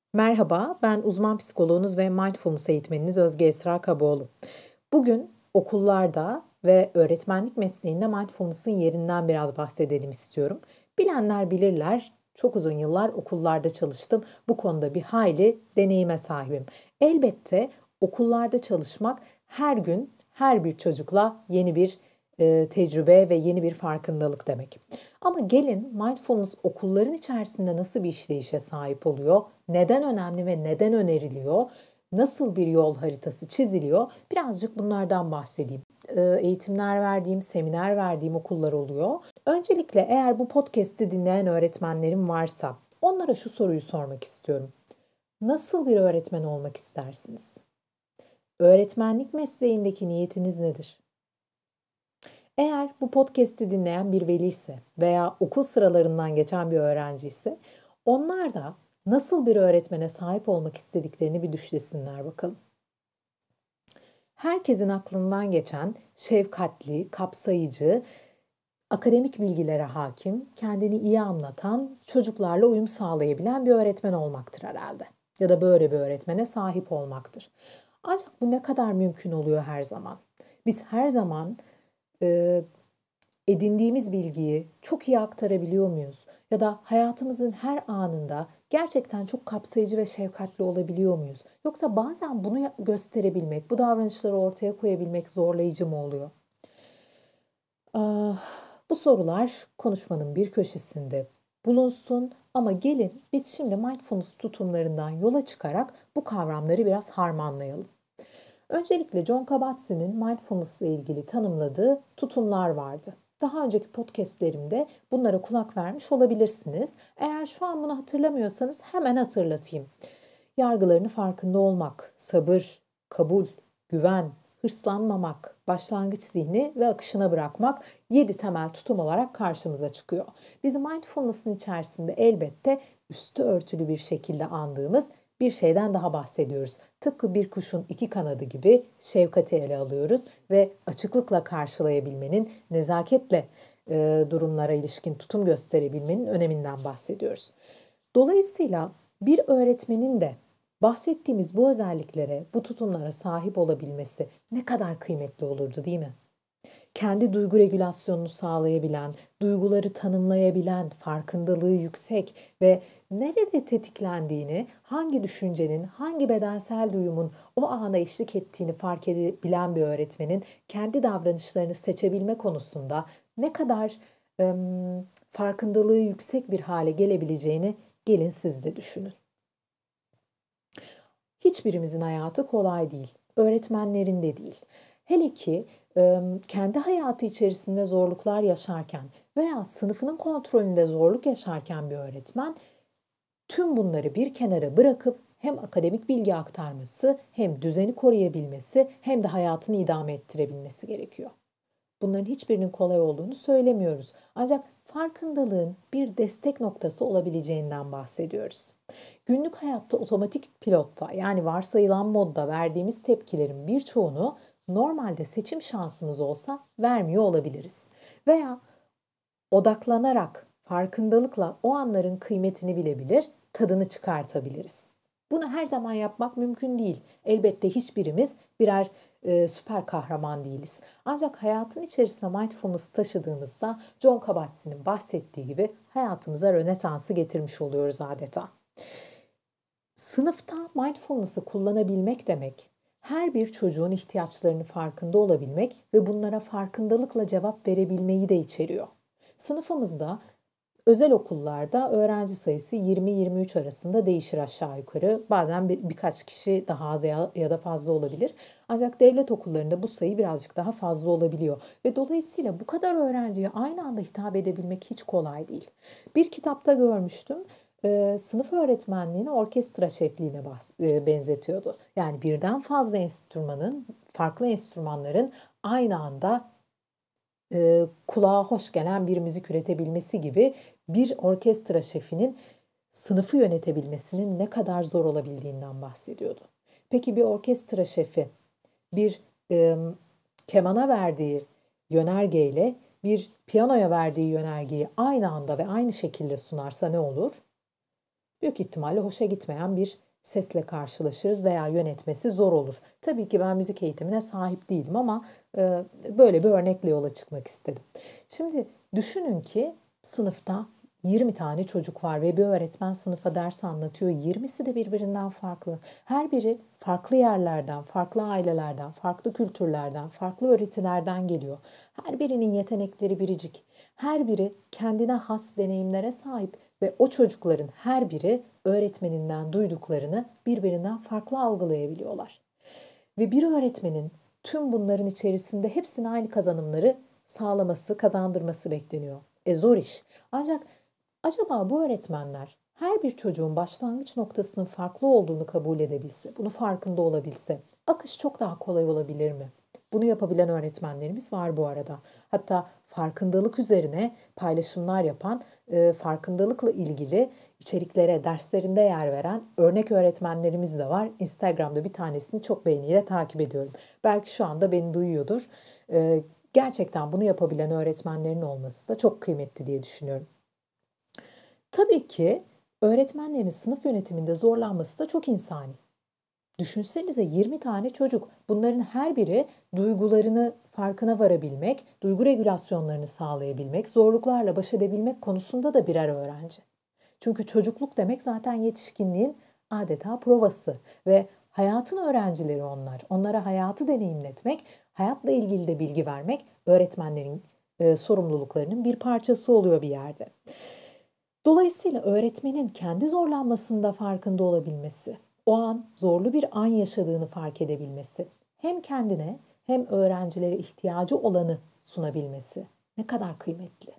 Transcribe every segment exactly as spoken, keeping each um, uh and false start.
Merhaba, ben uzman psikoloğunuz ve mindfulness eğitmeniniz Özge Esra Kaboğlu. Bugün okullarda ve öğretmenlik mesleğinde mindfulness'ın yerinden biraz bahsedelim istiyorum. Bilenler bilirler, çok uzun yıllar okullarda çalıştım. Bu konuda bir hayli deneyime sahibim. Elbette okullarda çalışmak her gün her bir çocukla yeni bir e, tecrübe ve yeni bir farkındalık demek. Ama gelin mindfulness okulların içerisinde nasıl bir işleyişe sahip oluyor? Neden önemli ve neden öneriliyor? Nasıl bir yol haritası çiziliyor? Birazcık bunlardan bahsedeyim. Eee, Eğitimler verdiğim, seminer verdiğim okullar oluyor. Öncelikle eğer bu podcast'i dinleyen öğretmenlerim varsa onlara şu soruyu sormak istiyorum. Nasıl bir öğretmen olmak istersiniz? Öğretmenlik mesleğindeki niyetiniz nedir? Eğer bu podcast'i dinleyen bir veli ise veya okul sıralarından geçen bir öğrenci ise onlar da nasıl bir öğretmene sahip olmak istediklerini bir düşlesinler bakalım. Herkesin aklından geçen şefkatli, kapsayıcı, akademik bilgilere hakim, kendini iyi anlatan, çocuklarla uyum sağlayabilen bir öğretmen olmaktır herhalde. Ya da böyle bir öğretmene sahip olmaktır. Ancak bu ne kadar mümkün oluyor her zaman? Biz her zaman e, edindiğimiz bilgiyi çok iyi aktarabiliyor muyuz? Ya da hayatımızın her anında gerçekten çok kapsayıcı ve şefkatli olabiliyor muyuz? Yoksa bazen bunu gösterebilmek, bu davranışları ortaya koyabilmek zorlayıcı mı oluyor? Ah, bu sorular konuşmanın bir köşesinde bulunsun ama gelin biz şimdi mindfulness tutumlarından yola çıkarak bu kavramları biraz harmanlayalım. Öncelikle John Kabat-Zinn'in mindfulness ile ilgili tanımladığı tutumlar vardı. Daha önceki podcastlerimde bunlara kulak vermiş olabilirsiniz. Eğer şu an bunu hatırlamıyorsanız hemen hatırlatayım. Yargılarını farkında olmak, sabır, kabul, güven, hırslanmamak, başlangıç zihni ve akışına bırakmak yedi temel tutum olarak karşımıza çıkıyor. Biz mindfulness'ın içerisinde elbette üstü örtülü bir şekilde andığımız bir şeyden daha bahsediyoruz. Tıpkı bir kuşun iki kanadı gibi şefkati ele alıyoruz ve açıklıkla karşılayabilmenin, nezaketle e, durumlara ilişkin tutum gösterebilmenin öneminden bahsediyoruz. Dolayısıyla bir öğretmenin de bahsettiğimiz bu özelliklere, bu tutumlara sahip olabilmesi ne kadar kıymetli olurdu, değil mi? Kendi duygu regülasyonunu sağlayabilen, duyguları tanımlayabilen, farkındalığı yüksek ve nerede tetiklendiğini, hangi düşüncenin, hangi bedensel duyumun o ana eşlik ettiğini fark edebilen bir öğretmenin kendi davranışlarını seçebilme konusunda ne kadar ım, farkındalığı yüksek bir hale gelebileceğini gelin siz de düşünün. Hiçbirimizin hayatı kolay değil. Öğretmenlerin de değil. Hele ki kendi hayatı içerisinde zorluklar yaşarken veya sınıfının kontrolünde zorluk yaşarken bir öğretmen tüm bunları bir kenara bırakıp hem akademik bilgi aktarması, hem düzeni koruyabilmesi, hem de hayatını idame ettirebilmesi gerekiyor. Bunların hiçbirinin kolay olduğunu söylemiyoruz. Ancak farkındalığın bir destek noktası olabileceğinden bahsediyoruz. Günlük hayatta otomatik pilotta yani varsayılan modda verdiğimiz tepkilerin birçoğunu normalde seçim şansımız olsa vermiyor olabiliriz. Veya odaklanarak, farkındalıkla o anların kıymetini bilebilir, tadını çıkartabiliriz. Bunu her zaman yapmak mümkün değil. Elbette hiçbirimiz birer e, süper kahraman değiliz. Ancak hayatın içerisine mindfulness taşıdığımızda John Kabat-Zinn'in bahsettiği gibi hayatımıza rönesansı getirmiş oluyoruz adeta. Sınıfta mindfulness'ı kullanabilmek demek, her bir çocuğun ihtiyaçlarını farkında olabilmek ve bunlara farkındalıkla cevap verebilmeyi de içeriyor. Sınıfımızda özel okullarda öğrenci sayısı yirmi yirmi üç arasında değişir aşağı yukarı. Bazen bir, birkaç kişi daha az ya, ya da fazla olabilir. Ancak devlet okullarında bu sayı birazcık daha fazla olabiliyor. Ve dolayısıyla bu kadar öğrenciye aynı anda hitap edebilmek hiç kolay değil. Bir kitapta görmüştüm. e, sınıf öğretmenliğini orkestra şefliğine bahs- e, benzetiyordu. Yani birden fazla enstrümanın, farklı enstrümanların aynı anda e, kulağa hoş gelen bir müzik üretebilmesi gibi bir orkestra şefinin sınıfı yönetebilmesinin ne kadar zor olabildiğinden bahsediyordu. Peki bir orkestra şefi bir e, kemana verdiği yönergeyle bir piyanoya verdiği yönergeyi aynı anda ve aynı şekilde sunarsa ne olur? Büyük ihtimalle hoşa gitmeyen bir sesle karşılaşırız veya yönetmesi zor olur. Tabii ki ben müzik eğitimine sahip değilim ama e, böyle bir örnekle yola çıkmak istedim. Şimdi düşünün ki sınıfta yirmi tane çocuk var ve bir öğretmen sınıfa ders anlatıyor. yirmisi de birbirinden farklı. Her biri farklı yerlerden, farklı ailelerden, farklı kültürlerden, farklı öğretilerden geliyor. Her birinin yetenekleri biricik. Her biri kendine has deneyimlere sahip ve o çocukların her biri öğretmeninden duyduklarını birbirinden farklı algılayabiliyorlar. Ve bir öğretmenin tüm bunların içerisinde hepsine aynı kazanımları sağlaması, kazandırması bekleniyor. E zor iş. Ancak acaba bu öğretmenler her bir çocuğun başlangıç noktasının farklı olduğunu kabul edebilse, bunu farkında olabilse, akış çok daha kolay olabilir mi? Bunu yapabilen öğretmenlerimiz var bu arada. Hatta farkındalık üzerine paylaşımlar yapan, e, farkındalıkla ilgili içeriklere derslerinde yer veren örnek öğretmenlerimiz de var. Instagram'da bir tanesini çok beğeniyle takip ediyorum. Belki şu anda beni duyuyordur. E, gerçekten bunu yapabilen öğretmenlerin olması da çok kıymetli diye düşünüyorum. Tabii ki öğretmenlerin sınıf yönetiminde zorlanması da çok insani. Düşünsenize yirmi tane çocuk. Bunların her biri duygularını farkına varabilmek, duygu regülasyonlarını sağlayabilmek, zorluklarla baş edebilmek konusunda da birer öğrenci. Çünkü çocukluk demek zaten yetişkinliğin adeta provası ve hayatın öğrencileri onlar. Onlara hayatı deneyimletmek, hayatla ilgili de bilgi vermek öğretmenlerin e, sorumluluklarının bir parçası oluyor bir yerde. Dolayısıyla öğretmenin kendi zorlanmasında farkında olabilmesi, o an zorlu bir an yaşadığını fark edebilmesi, hem kendine hem öğrencilere ihtiyacı olanı sunabilmesi ne kadar kıymetli.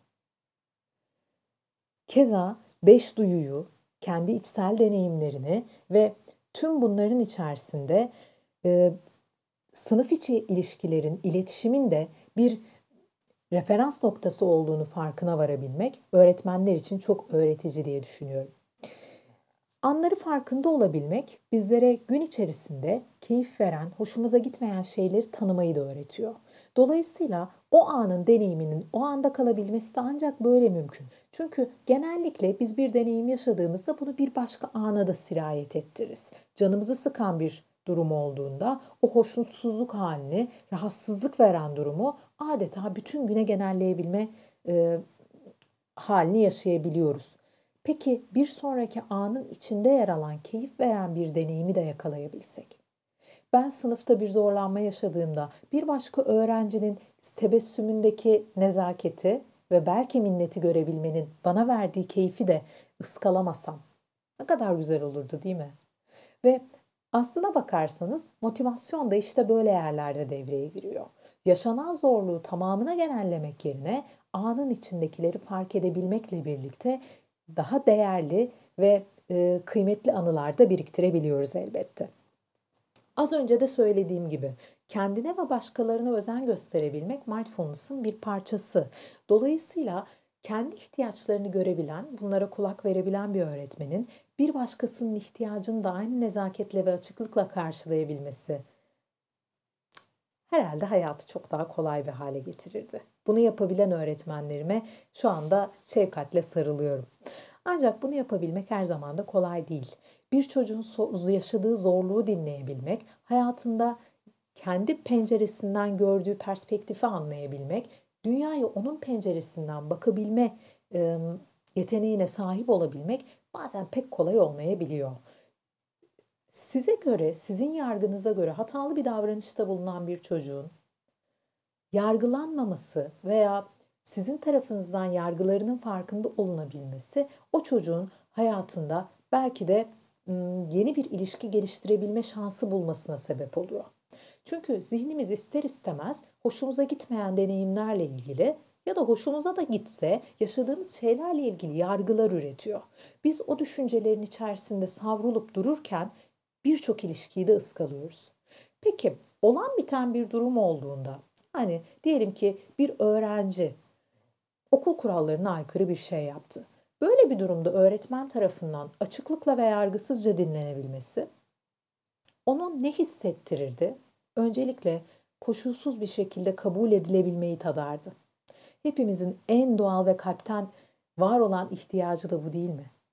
Keza beş duyuyu, kendi içsel deneyimlerini ve tüm bunların içerisinde e, sınıf içi ilişkilerin, iletişimin de bir referans noktası olduğunu farkına varabilmek öğretmenler için çok öğretici diye düşünüyorum. Anları farkında olabilmek bizlere gün içerisinde keyif veren, hoşumuza gitmeyen şeyleri tanımayı da öğretiyor. Dolayısıyla o anın deneyiminin o anda kalabilmesi de ancak böyle mümkün. Çünkü genellikle biz bir deneyim yaşadığımızda bunu bir başka ana da sirayet ettiririz. Canımızı sıkan bir durum olduğunda o hoşnutsuzluk halini, rahatsızlık veren durumu adeta bütün güne genelleyebilme e, halini yaşayabiliyoruz. Peki bir sonraki anın içinde yer alan keyif veren bir deneyimi de yakalayabilsek? Ben sınıfta bir zorlanma yaşadığımda bir başka öğrencinin tebessümündeki nezaketi ve belki minneti görebilmenin bana verdiği keyfi de ıskalamasam ne kadar güzel olurdu değil mi? Ve aslına bakarsanız motivasyon da işte böyle yerlerde devreye giriyor. Yaşanan zorluğu tamamına genellemek yerine anın içindekileri fark edebilmekle birlikte daha değerli ve e, kıymetli anılar da biriktirebiliyoruz elbette. Az önce de söylediğim gibi kendine ve başkalarına özen gösterebilmek mindfulness'ın bir parçası. Dolayısıyla kendi ihtiyaçlarını görebilen, bunlara kulak verebilen bir öğretmenin bir başkasının ihtiyacını da aynı nezaketle ve açıklıkla karşılayabilmesi herhalde hayatı çok daha kolay bir hale getirirdi. Bunu yapabilen öğretmenlerime şu anda şefkatle sarılıyorum. Ancak bunu yapabilmek her zaman da kolay değil. Bir çocuğun so- yaşadığı zorluğu dinleyebilmek, hayatında kendi penceresinden gördüğü perspektifi anlayabilmek, dünyaya onun penceresinden bakabilme e, yeteneğine sahip olabilmek bazen pek kolay olmayabiliyor. Size göre, sizin yargınıza göre hatalı bir davranışta bulunan bir çocuğun yargılanmaması veya sizin tarafınızdan yargılarının farkında olunabilmesi o çocuğun hayatında belki de yeni bir ilişki geliştirebilme şansı bulmasına sebep oluyor. Çünkü zihnimiz ister istemez hoşumuza gitmeyen deneyimlerle ilgili ya da hoşumuza da gitse yaşadığımız şeylerle ilgili yargılar üretiyor. Biz o düşüncelerin içerisinde savrulup dururken birçok ilişkiyi de ıskalıyoruz. Peki olan biten bir durum olduğunda hani diyelim ki bir öğrenci okul kurallarına aykırı bir şey yaptı. Böyle bir durumda öğretmen tarafından açıklıkla ve yargısızca dinlenebilmesi onun ne hissettirirdi? Öncelikle koşulsuz bir şekilde kabul edilebilmeyi tadardı. Hepimizin en doğal ve kalpten var olan ihtiyacı da bu değil mi?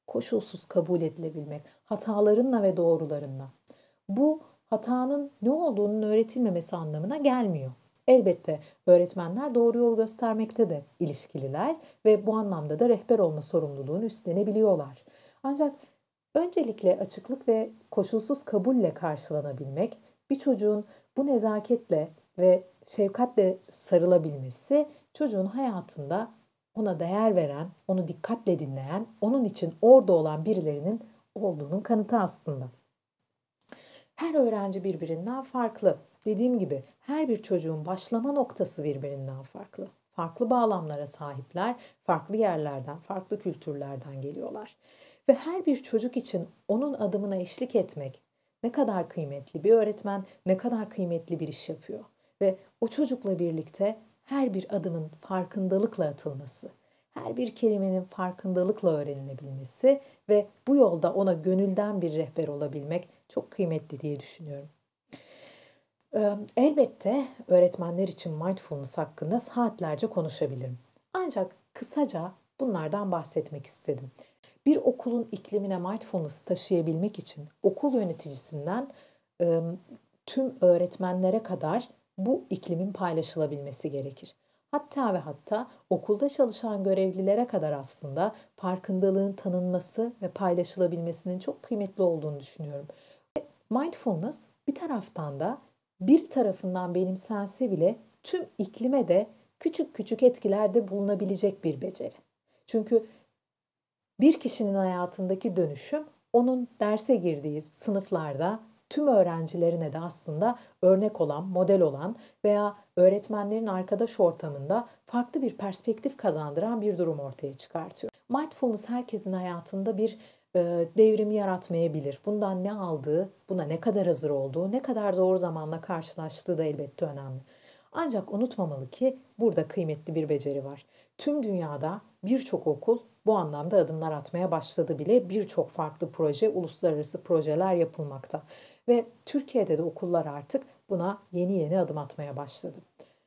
koşulsuz kabul edilebilmek, hatalarınla ve doğrularınla. Bu hatanın ne olduğunun öğretilmemesi anlamına gelmiyor. Elbette öğretmenler doğru yolu göstermekte de ilişkililer ve bu anlamda da rehber olma sorumluluğunu üstlenebiliyorlar. Ancak öncelikle açıklık ve koşulsuz kabulle karşılanabilmek, bir çocuğun bu nezaketle ve şefkatle sarılabilmesi, çocuğun hayatında ona değer veren, onu dikkatle dinleyen, onun için orada olan birilerinin olduğunun kanıtı aslında. Her öğrenci birbirinden farklı. Dediğim gibi her bir çocuğun başlama noktası birbirinden farklı. Farklı bağlamlara sahipler, farklı yerlerden, farklı kültürlerden geliyorlar. Ve her bir çocuk için onun adımına eşlik etmek ne kadar kıymetli. Bir öğretmen ne kadar kıymetli bir iş yapıyor. Ve o çocukla birlikte her bir adımın farkındalıkla atılması, her bir kelimenin farkındalıkla öğrenilebilmesi ve bu yolda ona gönülden bir rehber olabilmek çok kıymetli diye düşünüyorum. Elbette öğretmenler için mindfulness hakkında saatlerce konuşabilirim. Ancak kısaca bunlardan bahsetmek istedim. Bir okulun iklimine mindfulness taşıyabilmek için okul yöneticisinden tüm öğretmenlere kadar bu iklimin paylaşılabilmesi gerekir. Hatta ve hatta okulda çalışan görevlilere kadar aslında farkındalığın tanınması ve paylaşılabilmesinin çok kıymetli olduğunu düşünüyorum. Mindfulness bir taraftan da bir tarafından benimsense bile tüm iklime de küçük küçük etkilerde bulunabilecek bir beceri. Çünkü bir kişinin hayatındaki dönüşüm onun derse girdiği sınıflarda tüm öğrencilerine de aslında örnek olan, model olan veya öğretmenlerin arkadaş ortamında farklı bir perspektif kazandıran bir durum ortaya çıkartıyor. Mindfulness herkesin hayatında bir e, devrimi yaratmayabilir. Bundan ne aldığı, buna ne kadar hazır olduğu, ne kadar doğru zamanla karşılaştığı da elbette önemli. Ancak unutmamalı ki burada kıymetli bir beceri var. Tüm dünyada birçok okul bu anlamda adımlar atmaya başladı bile. Birçok farklı proje, uluslararası projeler yapılmakta. Ve Türkiye'de de okullar artık buna yeni yeni adım atmaya başladı.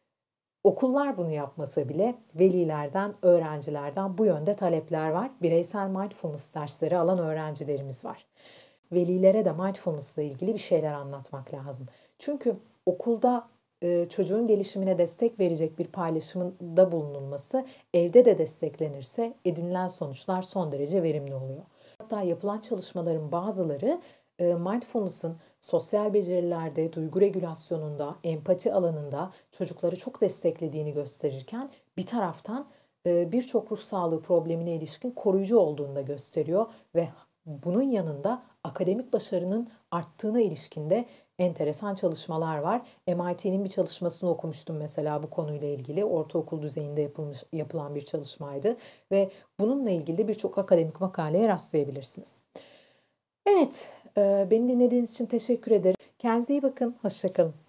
Okullar bunu yapmasa bile velilerden, öğrencilerden bu yönde talepler var. Bireysel mindfulness dersleri alan öğrencilerimiz var. Velilere de mindfulness ile ilgili bir şeyler anlatmak lazım. Çünkü okulda e, çocuğun gelişimine destek verecek bir paylaşımda bulunulması evde de desteklenirse edinilen sonuçlar son derece verimli oluyor. Hatta yapılan çalışmaların bazıları e, mindfulness'ın sosyal becerilerde, duygu regülasyonunda, empati alanında çocukları çok desteklediğini gösterirken bir taraftan e, birçok ruh sağlığı problemine ilişkin koruyucu olduğunu da gösteriyor ve bunun yanında akademik başarının arttığına ilişkin de enteresan çalışmalar var. M I T'nin bir çalışmasını okumuştum mesela bu konuyla ilgili. Ortaokul düzeyinde yapılmış, yapılan bir çalışmaydı ve bununla ilgili birçok akademik makaleye rastlayabilirsiniz. Evet, beni dinlediğiniz için teşekkür ederim. Kendinize iyi bakın, hoşça kalın.